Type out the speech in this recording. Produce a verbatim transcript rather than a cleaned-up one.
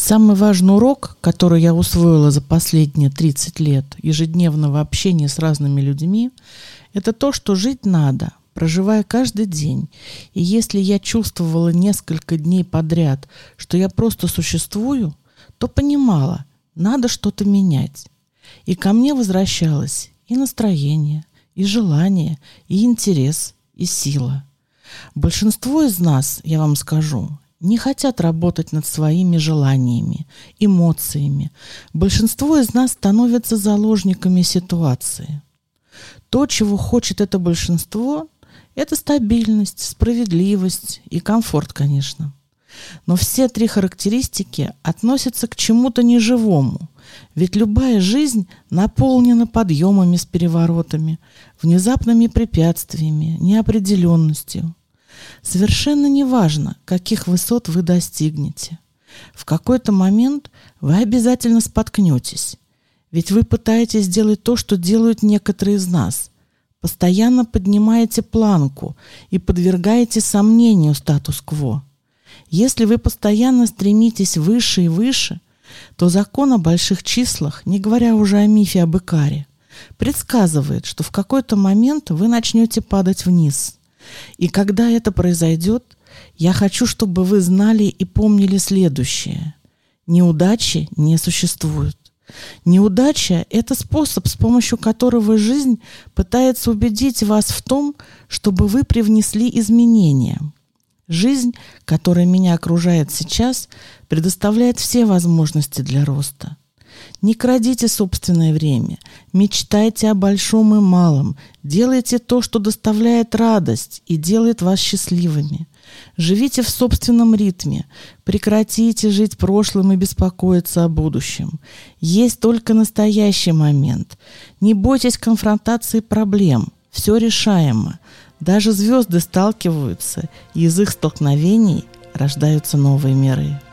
Самый важный урок, который я усвоила за последние тридцать лет ежедневного общения с разными людьми, это то, что жить надо, проживая каждый день. И если я чувствовала несколько дней подряд, что я просто существую, то понимала, надо что-то менять. И ко мне возвращалось и настроение, и желание, и интерес, и сила. Большинство из нас, я вам скажу, не хотят работать над своими желаниями, эмоциями. Большинство из нас становятся заложниками ситуации. То, чего хочет это большинство, это стабильность, справедливость и комфорт, конечно. Но все три характеристики относятся к чему-то неживому. Ведь любая жизнь наполнена подъемами с переворотами, внезапными препятствиями, неопределенностью. Совершенно неважно, каких высот вы достигнете. В какой-то момент вы обязательно споткнетесь. Ведь вы пытаетесь сделать то, что делают некоторые из нас. Постоянно поднимаете планку и подвергаете сомнению статус-кво. Если вы постоянно стремитесь выше и выше, то закон о больших числах, не говоря уже о мифе об Икаре, предсказывает, что в какой-то момент вы начнете падать вниз. И когда это произойдет, я хочу, чтобы вы знали и помнили следующее. Неудачи не существует. Неудача – это способ, с помощью которого жизнь пытается убедить вас в том, чтобы вы привнесли изменения. Жизнь, которая меня окружает сейчас, предоставляет все возможности для роста. Не крадите собственное время, мечтайте о большом и малом, делайте то, что доставляет радость и делает вас счастливыми. Живите в собственном ритме, прекратите жить прошлым и беспокоиться о будущем. Есть только настоящий момент. Не бойтесь конфронтации проблем, все решаемо. Даже звезды сталкиваются, и из их столкновений рождаются новые миры.